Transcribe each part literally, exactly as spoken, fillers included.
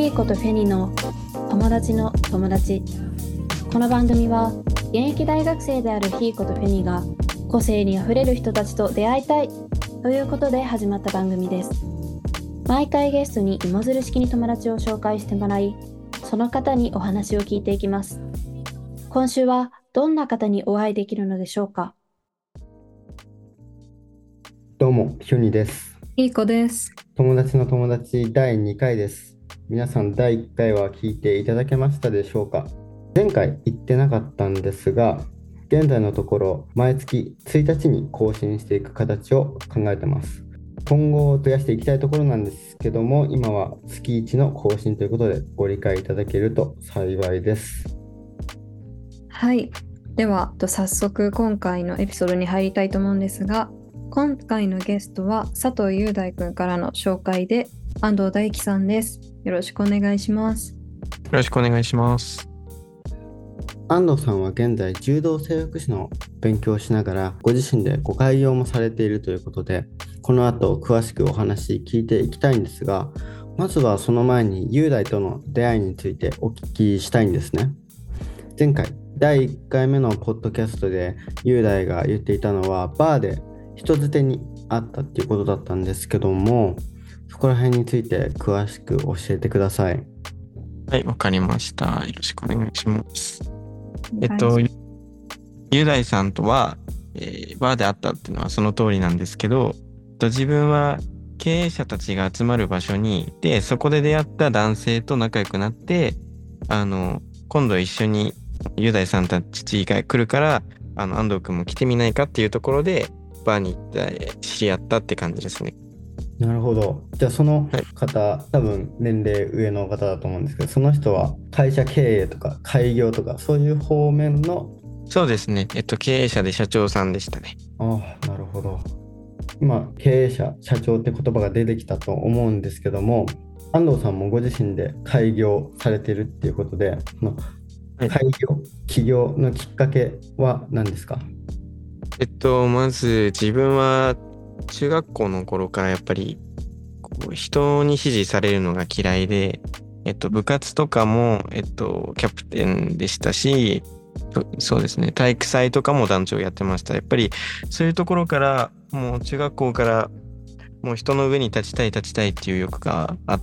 ヒーコとフェニの友達の友達。この番組は現役大学生であるヒーコとフェニが個性にあふれる人たちと出会いたいということで始まった番組です。毎回ゲストに芋づる式に友達を紹介してもらい、その方にお話を聞いていきます。今週はどんな方にお会いできるのでしょうか。 どうも、ヒュニです。 いい子です。 友達の友達だいにかいです。皆さんだいいっかいは聞いていただけましたでしょうか。前回言ってなかったんですが、現在のところ毎月ついたちに更新していく形を考えてます。今後増やしていきたいところなんですけども、今は月いちの更新ということでご理解いただけると幸いです。 はい。では、早速今回のエピソードに入りたいと思うんですが、今回のゲストは佐藤雄大くんからの紹介で安藤大樹さんです。よろしくお願いします。 よろしくお願いします。 安藤さんは現在柔道整復師の勉強をしながらご自身でご開業もされているということで、この後詳しくお話聞いていきたいんですが、まずはその前に雄大との出会いについてお聞きしたいんですね。前回だいいっかいめのポッドキャストで雄大が言っていたのはバーで人づてにあったっていうことだったんですけども、そこら辺について詳しく教えてください。 はい、わかりました。よろしくお願いします。えっと、雄大さんとは、えー、バーで会ったっていうのはその通りなんですけど、自分は経営者たちが集まる場所にいて、そこで出会った男性と仲良くなって、あの、今度一緒に雄大さんたちが来るから、あの安藤君も来てみないかっていうところで、バーに行って知り合ったって感じですね。 なるほど。じゃあその方、はい、多分年齢上の方だと思うんですけど、その人は会社経営とか開業とかそういう方面の。 そうですね。えっと経営者で社長さんでしたね。 ああ、なるほど。今経営者社長って言葉が出てきたと思うんですけども、安藤さんもご自身で開業されてるっていうことで、開業、はい、起業のきっかけは何ですか？ えっとまず自分は中学校の頃からやっぱりこう人に指示されるのが嫌いで、えっと部活とかもえっとキャプテンでしたし、そうですね、体育祭とかも団長やってました。やっぱりそういうところからもう中学校からもう人の上に立ちたい立ちたいっていう欲があって、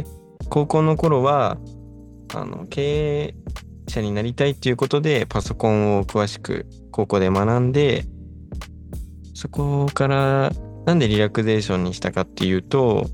高校の頃はあの経営者になりたいっていうことでパソコンを詳しく高校で学んで、そこからなんでリラクゼーションにしたかっていうと、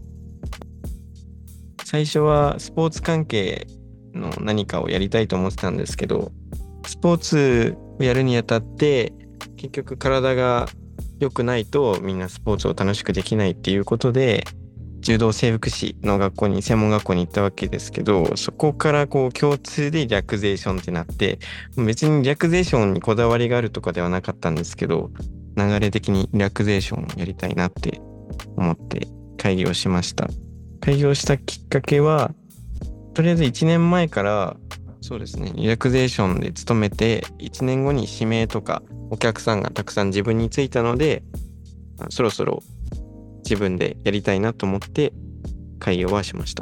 最初はスポーツ関係の何かをやりたいと思ってたんですけど、スポーツをやるにあたって結局体が良くないとみんなスポーツを楽しくできないっていうことで、柔道整復師の学校に専門学校に行ったわけですけど、そこからこう共通でリラクゼーションってなって、別にリラクゼーションにこだわりがあるとかではなかったんですけど、流れ的にリラクゼーションをやりたいなって思って開業しました。開業したきっかけは、とりあえずいちねんまえからそうですね、リラクゼーションで勤めていちねんごに指名とかお客さんがたくさん自分についたので、そろそろ自分でやりたいなと思って開業はしました。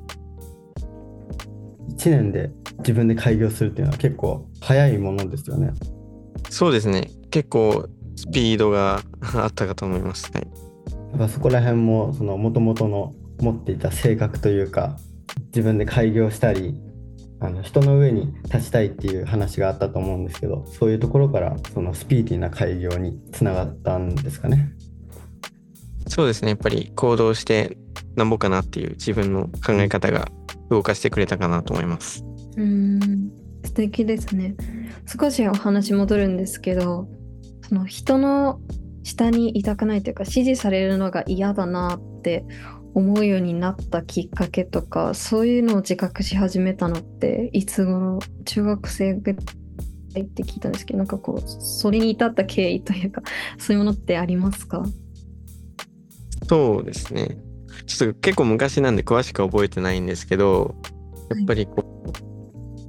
いちねんで自分で開業するっていうのは結構早いものですよね。 そうですね、結構スピードがあったかと思います。はい、 だからそこら辺もその元々の持っていた性格というか、自分で開業したりあの人の上に立ちたいっていう話があったと思うんですけど、そういうところからそのスピーディーな開業につながったんですかね。 そうですね、やっぱり行動してなんぼかなっていう自分の考え方が動かしてくれたかなと思います。 うーん、素敵ですね。少しお話戻るんですけど、その人の下にいたくないというか指示されるのが嫌だなって思うようになったきっかけとか、そういうのを自覚し始めたのっていつ頃？中学生ぐらいって聞いたんですけど、なんかこうそれに至った経緯というか、そういうものってありますか？ そうですね、ちょっと結構昔なんで詳しく覚えてないんですけど、やっぱりこう、はい、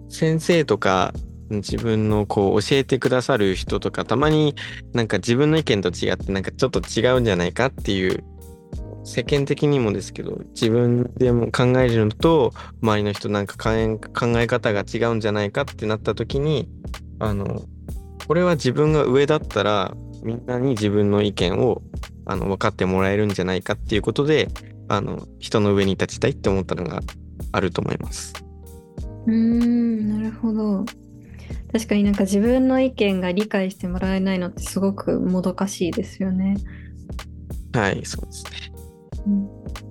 先生とか自分のこう教えてくださる人とかたまになんか自分の意見と違ってなんかちょっと違うんじゃないかっていう世間的にもですけど、自分でも考えるのと周りの人なんか考え考え方が違うんじゃないかってなった時に、あのこれは自分が上だったらみんなに自分の意見をあの分かってもらえるんじゃないかっていうことで、あの人の上に立ちたいって思ったのがあると思います。 うーん、なるほど。確かになんか自分の意見が理解してもらえないのってすごくもどかしいですよね。 はい、そうですね。 うん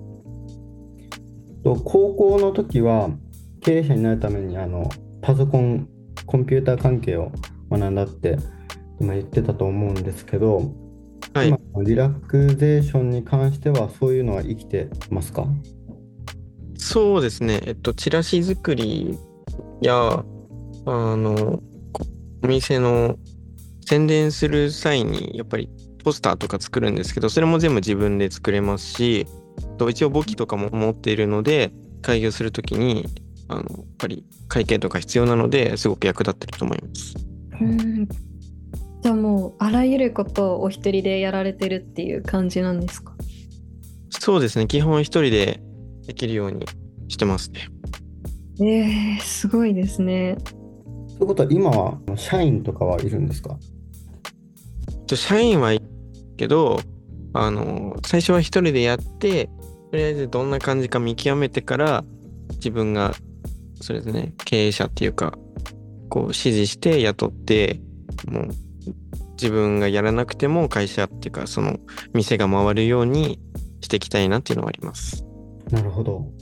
と高校の時は経営者になるためにあのパソコン、コンピューター関係を学んだって今言ってたと思うんですけど、 はい今のリラクゼーションに関してはそういうのは生きてますか？ そうですね。えっと、チラシ作りや、あの、こお店の宣伝する際に、やっぱりポスターとか作るんですけど、それも全部自分で作れますし、と一応簿記とかも持っているので、開業するときに、あの、やっぱり会計とか必要なので、すごく役立ってると思います。 うんじゃあもうあらゆることをお一人でやられてるっていう感じなんですか？ そうですね。基本一人でできるようにしてますね。 えー、すごいですね。 ということは今は社員とかはいるんですか？ と社員はいいけど、あの、最初は一人でやって、とりあえずどんな感じか見極めてから、自分が、そうですね、経営者っていうか、こう指示して雇って、もう自分がやらなくても会社っていうか、その店が回るようにしていきたいなっていうのはあります。 なるほど。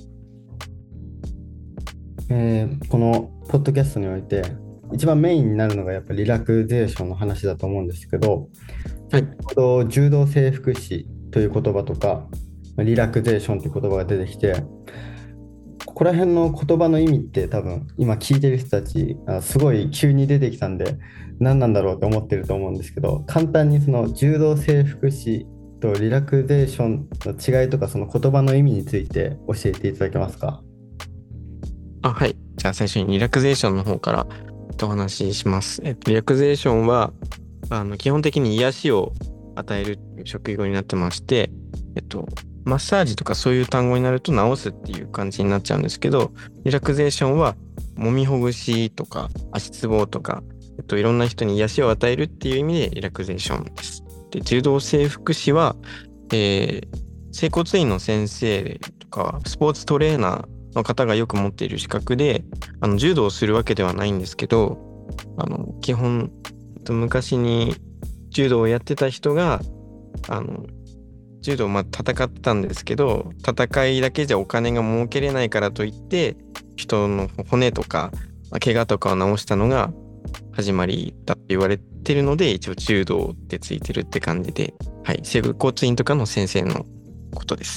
えーこのポッドキャストにおいて一番メインになるのがやっぱりリラクゼーションの話だと思うんですけど、 はい先ほど柔道整復師という言葉とかリラクゼーションという言葉が出てきて、ここら辺の言葉の意味って多分今聞いてる人たちあすごい急に出てきたんで何なんだろうと思ってると思うんですけど、簡単にその柔道整復師とリラクゼーションの違いとかその言葉の意味について教えていただけますか？ あ、はい。じゃあ最初にリラクゼーションの方からお話しします。えっと、リラクゼーションは、あの、基本的に癒しを与える職業になってまして、えっと、マッサージとかそういう単語になると治すっていう感じになっちゃうんですけど、リラクゼーションは、揉みほぐしとか、足つぼとか、えっと、いろんな人に癒しを与えるっていう意味でリラクゼーションです。で、柔道整復師は、えー、整骨院の先生とか、スポーツトレーナー、の方がよく持っている資格で、あの柔道をするわけではないんですけど、あの基本昔に柔道をやってた人があの柔道をまあ戦ってたんですけど、戦いだけじゃお金が儲けれないからといって人の骨とか怪我とかを治したのが始まりだって言われてるので、一応柔道ってついてるって感じで、はい、整骨院とかの先生のことです。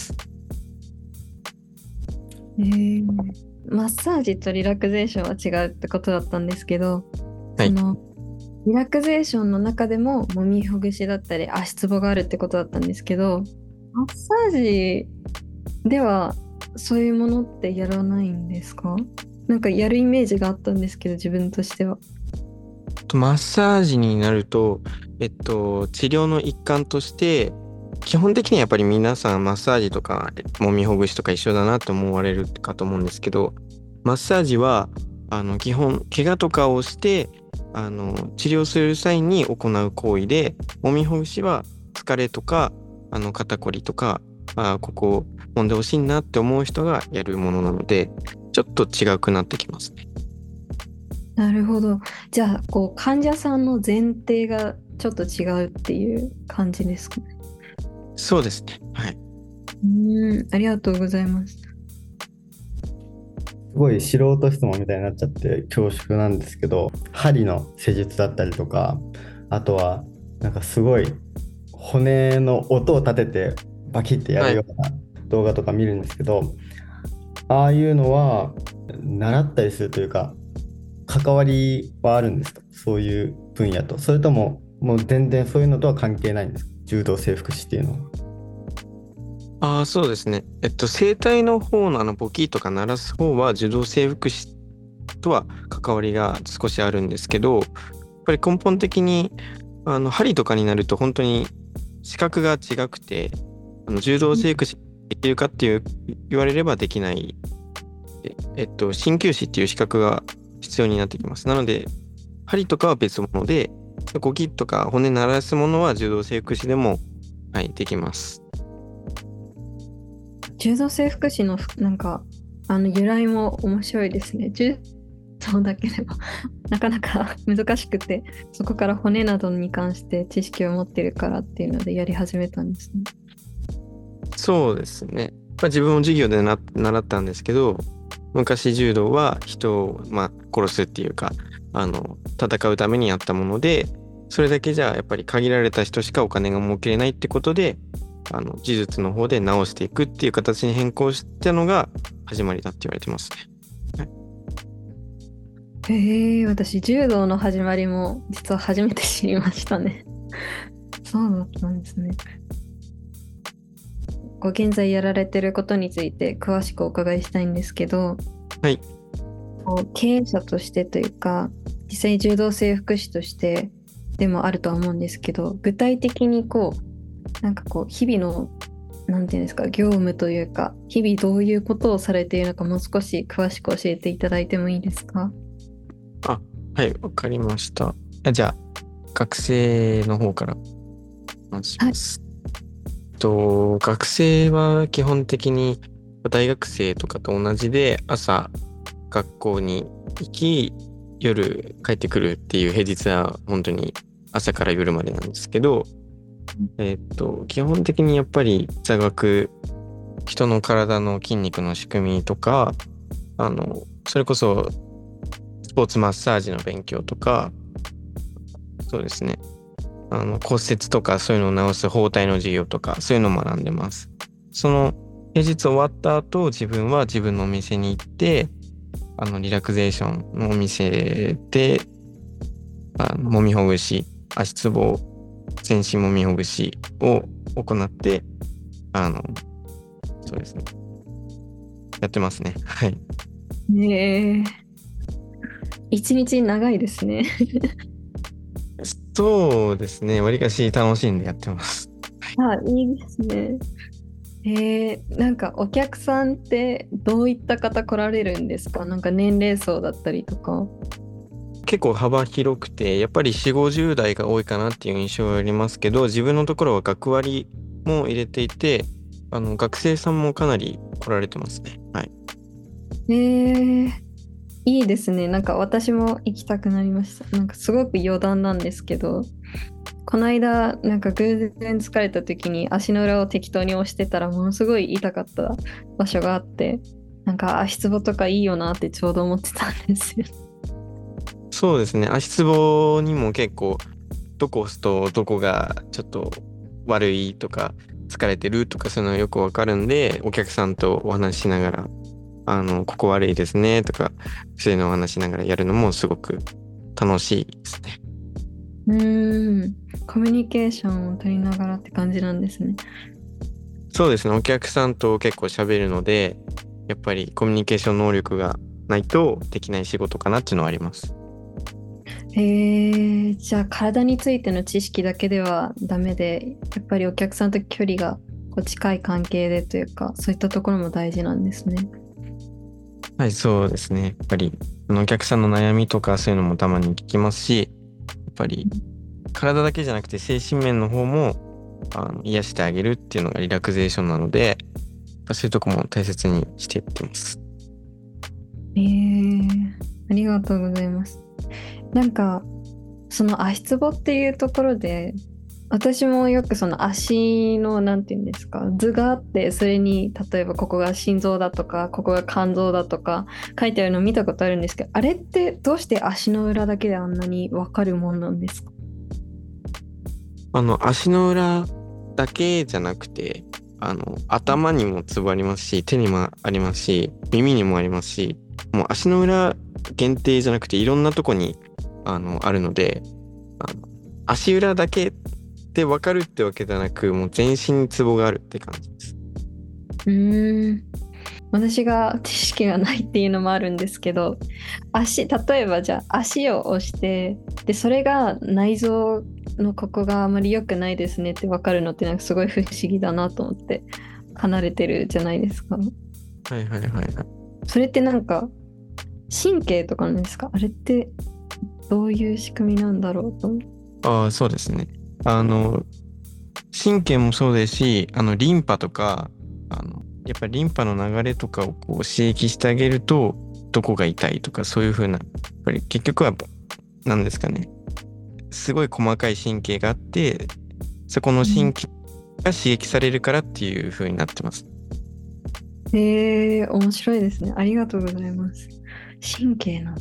えー、マッサージとリラクゼーションは違うってことだったんですけど、 はいそのリラクゼーションの中でも揉みほぐしだったり足つぼがあるってことだったんですけど、マッサージではそういうものってやらないんですか？なんかやるイメージがあったんですけど、自分としては。 とマッサージになると、えっと、治療の一環として、基本的にはやっぱり皆さんマッサージとか揉みほぐしとか一緒だなと思われるかと思うんですけど、マッサージはあの基本怪我とかをしてあの治療する際に行う行為で、揉みほぐしは疲れとかあの肩こりとか、あここ揉んでほしいなって思う人がやるものなので、ちょっと違くなってきますね。 なるほど。じゃあこう患者さんの前提がちょっと違うっていう感じですかね。 そうですね。はい。 うーん、ありがとうございます。 すごい素人質問みたいになっちゃって恐縮なんですけど、針の施術だったりとか、あとはなんかすごい骨の音を立ててバキッてやるような動画とか見るんですけど、はい、ああいうのは習ったりするというか関わりはあるんですか？そういう分野と。それとももう全然そういうのとは関係ないんですか？柔道整復師っていうのは。 ああ、そうですね。えっと、整体の方のあのボキとか鳴らす方は柔道整復師とは関わりが少しあるんですけど、やっぱり根本的にあの針とかになると本当に資格が違くて、あの柔道整復師できるかっていう言われればできない。でえっと、鍼灸師っていう資格が必要になってきます。なので、針とかは別物で、ゴキとか骨鳴らすものは柔道整復師でも、はい、できます。 柔道整復師のなんかあの由来も面白いですね。柔道だけでもなかなか難しくて、そこから骨などに関して知識を持ってるからっていうのでやり始めたんですね。 そうですね。まあ、自分も授業でな習ったんですけど、昔柔道は人を、まあ、殺すっていうか、あの戦うためにやったもので、それだけじゃやっぱり限られた人しかお金が儲けれないってことで、あの技術の方で直していくっていう形に変更したのが始まりだって言われてますね。 へえ、私柔道の始まりも実は初めて知りましたね。そうだったんですね。こう現在やられてることについて詳しくお伺いしたいんですけど、 はい。 こう経営者としてというか、実際柔道整復師としてでもあるとは思うんですけど、具体的にこうなんかこう日々のなんていうんですか、業務というか、日々どういうことをされているのか、もう少し詳しく教えていただいてもいいですか？ あ、はい、わかりました。あじゃあ、学生の方からお話します。と学生は基本的に大学生とかと同じで、朝学校に行き夜帰ってくるっていう、平日は本当に朝から夜までなんですけど、えーっと基本的にやっぱり座学、人の体の筋肉の仕組みとか、あのそれこそスポーツマッサージの勉強とか、そうですね、あの骨折とかそういうのを治す包帯の授業とか、そういうのを学んでます。その平日終わった後、自分は自分のお店に行って、あのリラクゼーションのお店であの揉みほぐし、足つぼ、全身揉みほぐしを行って、あのそうですね、やってますね。はい。 ねえ、一日長いですね。 そうですね、わりかし楽しんでやってます。 あ、いいですね。えー、なんかお客さんってどういった方来られるんですか？なんか年齢層だったりとか。 結構幅広くて、やっぱりよんじゅう、ごじゅう代が多いかなっていう印象がありますけど、自分のところは学割も入れていて、あの学生さんもかなり来られてますね。はい。 えー、いいですね。なんか私も行きたくなりました。なんかすごく余談なんですけど、この間なんか偶然疲れた時に足の裏を適当に押してたらものすごい痛かった場所があって、なんか足つぼとかいいよなってちょうど思ってたんですよ。 そうですね、足つぼにも結構どこ押すとどこがちょっと悪いとか疲れてるとか、そういうのがよくわかるんで、お客さんとお話ししながら、あのここ悪いですねとか、そういうのをお話しながらやるのもすごく楽しいですね。 うーん、コミュニケーションを取りながらって感じなんですね。 そうですね、お客さんと結構喋るので、やっぱりコミュニケーション能力がないとできない仕事かなっていうのはあります。 へえ、じゃあ体についての知識だけではダメで、やっぱりお客さんと距離がこう近い関係でというか、そういったところも大事なんですね。 はい、そうですね。やっぱりあのお客さんの悩みとかそういうのもたまに聞きますし、やっぱり体だけじゃなくて精神面の方もあの癒してあげるっていうのがリラクゼーションなので、やっぱそういうとこも大切にしていってます。 えー、ありがとうございます。なんかその足つぼっていうところで、私もよくその足のなんていうんですか、図があって、それに例えばここが心臓だとかここが肝臓だとか書いてあるのを見たことあるんですけど、あれってどうして足の裏だけであんなに分かるもんなんですか？ あの足の裏だけじゃなくて、あの頭にもツボありますし、手にもありますし、耳にもありますし、もう足の裏限定じゃなくていろんなとこにあのあるので、あの足裏だけで分かるってわけじゃなく、もう全身にツボがあるって感じです。 うーん、私が知識がないっていうのもあるんですけど、足、例えばじゃあ足を押して、でそれが内臓のここがあまり良くないですねって分かるのってなんかすごい不思議だなと思って、 離れてるじゃないですか。 はいはいはいはい。 それってなんか神経とかなんですか？あれってどういう仕組みなんだろうと思う。 ああ、そうですね。あの、神経もそうですし、あの、リンパとか、あの、やっぱりリンパの流れとかをこう刺激してあげると、どこが痛いとか、そういうふうな、やっぱり結局は、なんですかね、すごい細かい神経があって、そこの神経が刺激されるからっていうふうになってます。 へえ、面白いですね。ありがとうございます。神経なんだ。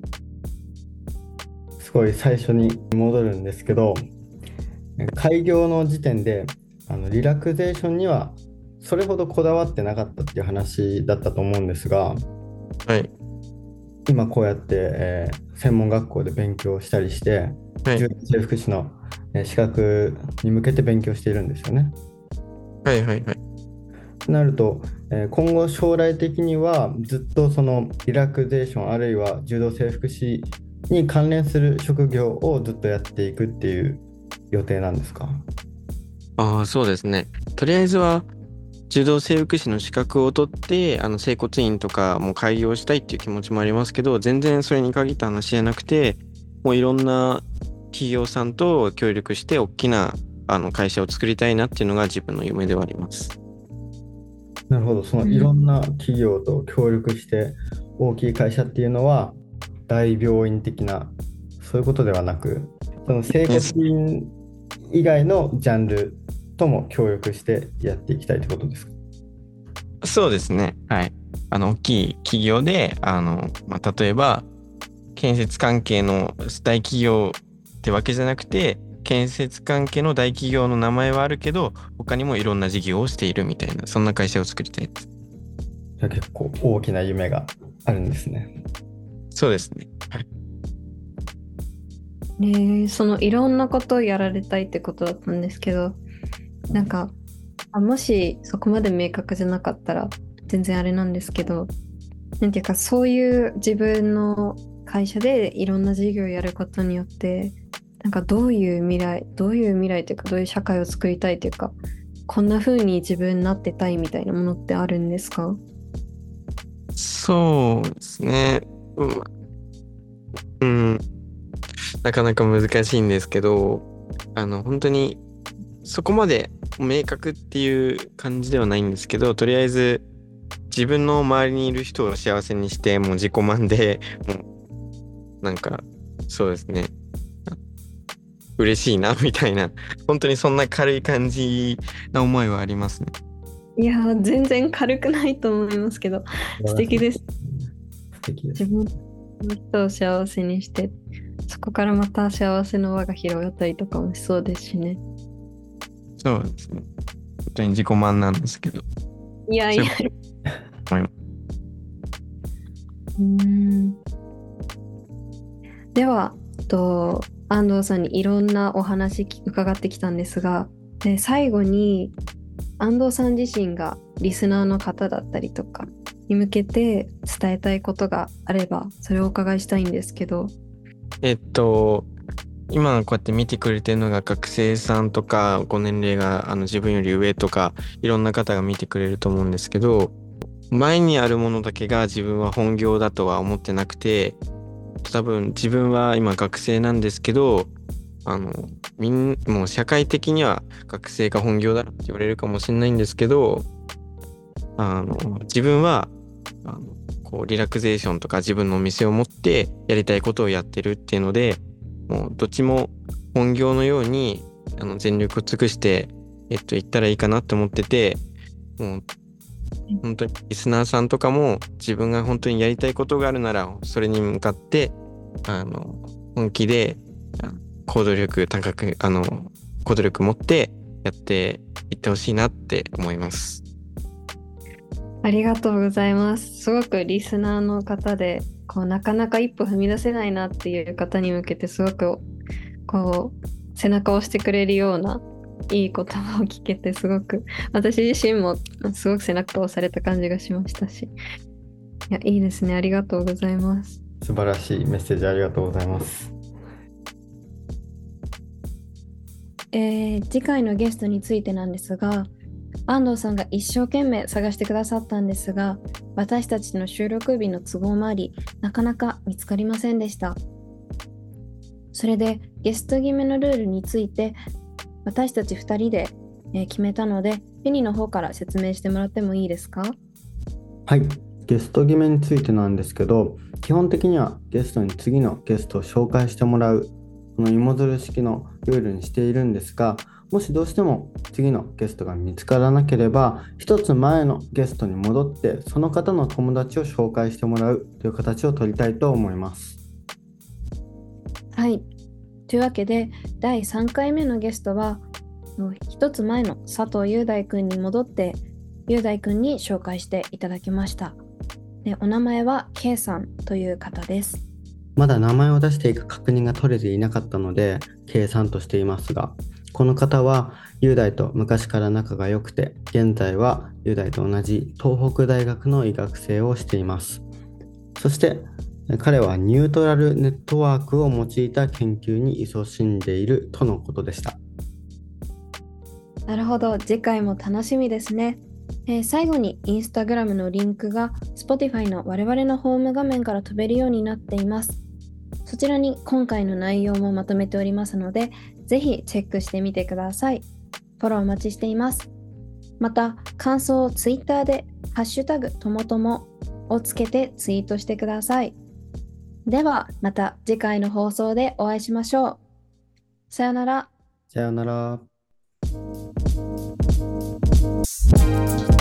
すごい最初に戻るんですけど、開業の時点であのリラクゼーションにはそれほどこだわってなかったっていう話だったと思うんですが、 はい。 今こうやって、えー専門学校で勉強したりして、 はい。 柔道整復師のえー資格に向けて勉強しているんですよね。 はいはいはい。 となると、えー今後将来的にはずっとそのリラクゼーションあるいは柔道整復師に関連する職業をずっとやっていくっていう予定なんですか？ ああ、そうですね。とりあえずは、柔道整復師の資格を取って、あの、整骨院とかも開業したいっていう気持ちもありますけど、全然それに限った話じゃなくて、もういろんな企業さんと協力して、大きな、あの、会社を作りたいなっていうのが自分の夢ではあります。 なるほど、そのいろんな企業と協力して大きい会社っていうのは大病院的なそういうことではなく、その整骨院以外のジャンルとも協力してやっていきたいってことですか？ そうですね。はい。あの、大きい企業で、あの、まあ、例えば、建設関係の大企業ってわけじゃなくて、建設関係の大企業の名前はあるけど、他にもいろんな事業をしているみたいな、そんな会社を作りたいです。 じゃあ結構大きな夢があるんですね。 そうですね。はい。 ねえ、そのいろんなことをやられたいってことだったんですけど、なんかあもしそこまで明確じゃなかったら全然あれなんですけど、なんていうかそういう自分の会社でいろんな事業をやることによって、なんかどういう未来、どういう未来というかどういう社会を作りたいというか、こんな風に自分になってたいみたいなものってあるんですか？ そうですね。うん、うんなかなか難しいんですけど、あの、本当にそこまで明確っていう感じではないんですけど、とりあえず自分の周りにいる人を幸せにして、もう自己満で、もうなんか、そうですね。嬉しいな、みたいな、本当にそんな軽い感じな思いはありますね。 いやー、全然軽くないと思いますけど、素敵です。 素敵です。 自分の人を幸せにして、そこからまた幸せの輪が広がったりとかもしそうですしね。 そうですね。本当に自己満なんですけど。 いやいや。 そういう思います。 うーんでは、と安藤さんにいろんなお話き伺ってきたんですが、で最後に安藤さん自身がリスナーの方だったりとかに向けて伝えたいことがあれば、それをお伺いしたいんですけど。 えっと、今こうやって見てくれてるのが学生さんとかご年齢があの自分より上とかいろんな方が見てくれると思うんですけど、前にあるものだけが自分は本業だとは思ってなくて、多分自分は今学生なんですけど、あの、みん、もう社会的には学生が本業だって言われるかもしれないんですけど、あの、自分は、あの、こう、リラクゼーションとか自分のお店を持ってやりたいことをやってるっていうので、もうどっちも本業のように、あの、全力を尽くして、えっと、言ったらいいかなって思ってて、もう、本当にリスナーさんとかも自分が本当にやりたいことがあるなら、それに向かって、あの、本気で、あ行動力高く、あの、行動力持ってやっていってほしいなって思います。 ありがとうございます。すごくリスナーの方で、こうなかなか一歩踏み出せないなっていう方に向けてすごくこう背中を押してくれるようないい言葉を聞けて、すごく私自身もすごく背中を押された感じがしましたし、いや、いいですね。ありがとうございます。 素晴らしいメッセージありがとうございます。 えー次回のゲストについてなんですが、 安藤さんが一生懸命探してくださったんですが、私たちの収録日の都合もあり、なかなか見つかりませんでした。それでゲスト決めのルールについて私たちふたりで決めたので、フェニーの方から説明してもらってもいいですか？ はい、ゲスト決めについてなんですけど、基本的にはゲストに次のゲストを紹介してもらう、この芋づる式のルールにしているんですが、もしどうしても次のゲストが見つからなければ、一つ前のゲストに戻ってその方の友達を紹介してもらうという形を取りたいと思います。 はい、というわけでだいさんかいめのゲストは一つ前の佐藤雄大くんに戻って雄大くんに紹介していただきました。で、お名前は K さんという方です。 まだ名前を出していく確認が取れていなかったので K さんとしていますが、この方は雄大と昔から仲が良くて、現在は雄大と同じ東北大学の医学生をしています。そして彼はニュートラルネットワークを用いた研究に勤しんでいるとのことでした。 なるほど、次回も楽しみですね。えー、最後にインスタグラムのリンクが Spotify の我々のホーム画面から飛べるようになっています。そちらに今回の内容もまとめておりますので、ぜひチェックしてみてください。フォローお待ちしています。また、感想を Twitter でハッシュタグともともをつけてツイートしてください。ではまた次回の放送でお会いしましょう。さよなら。 さよなら。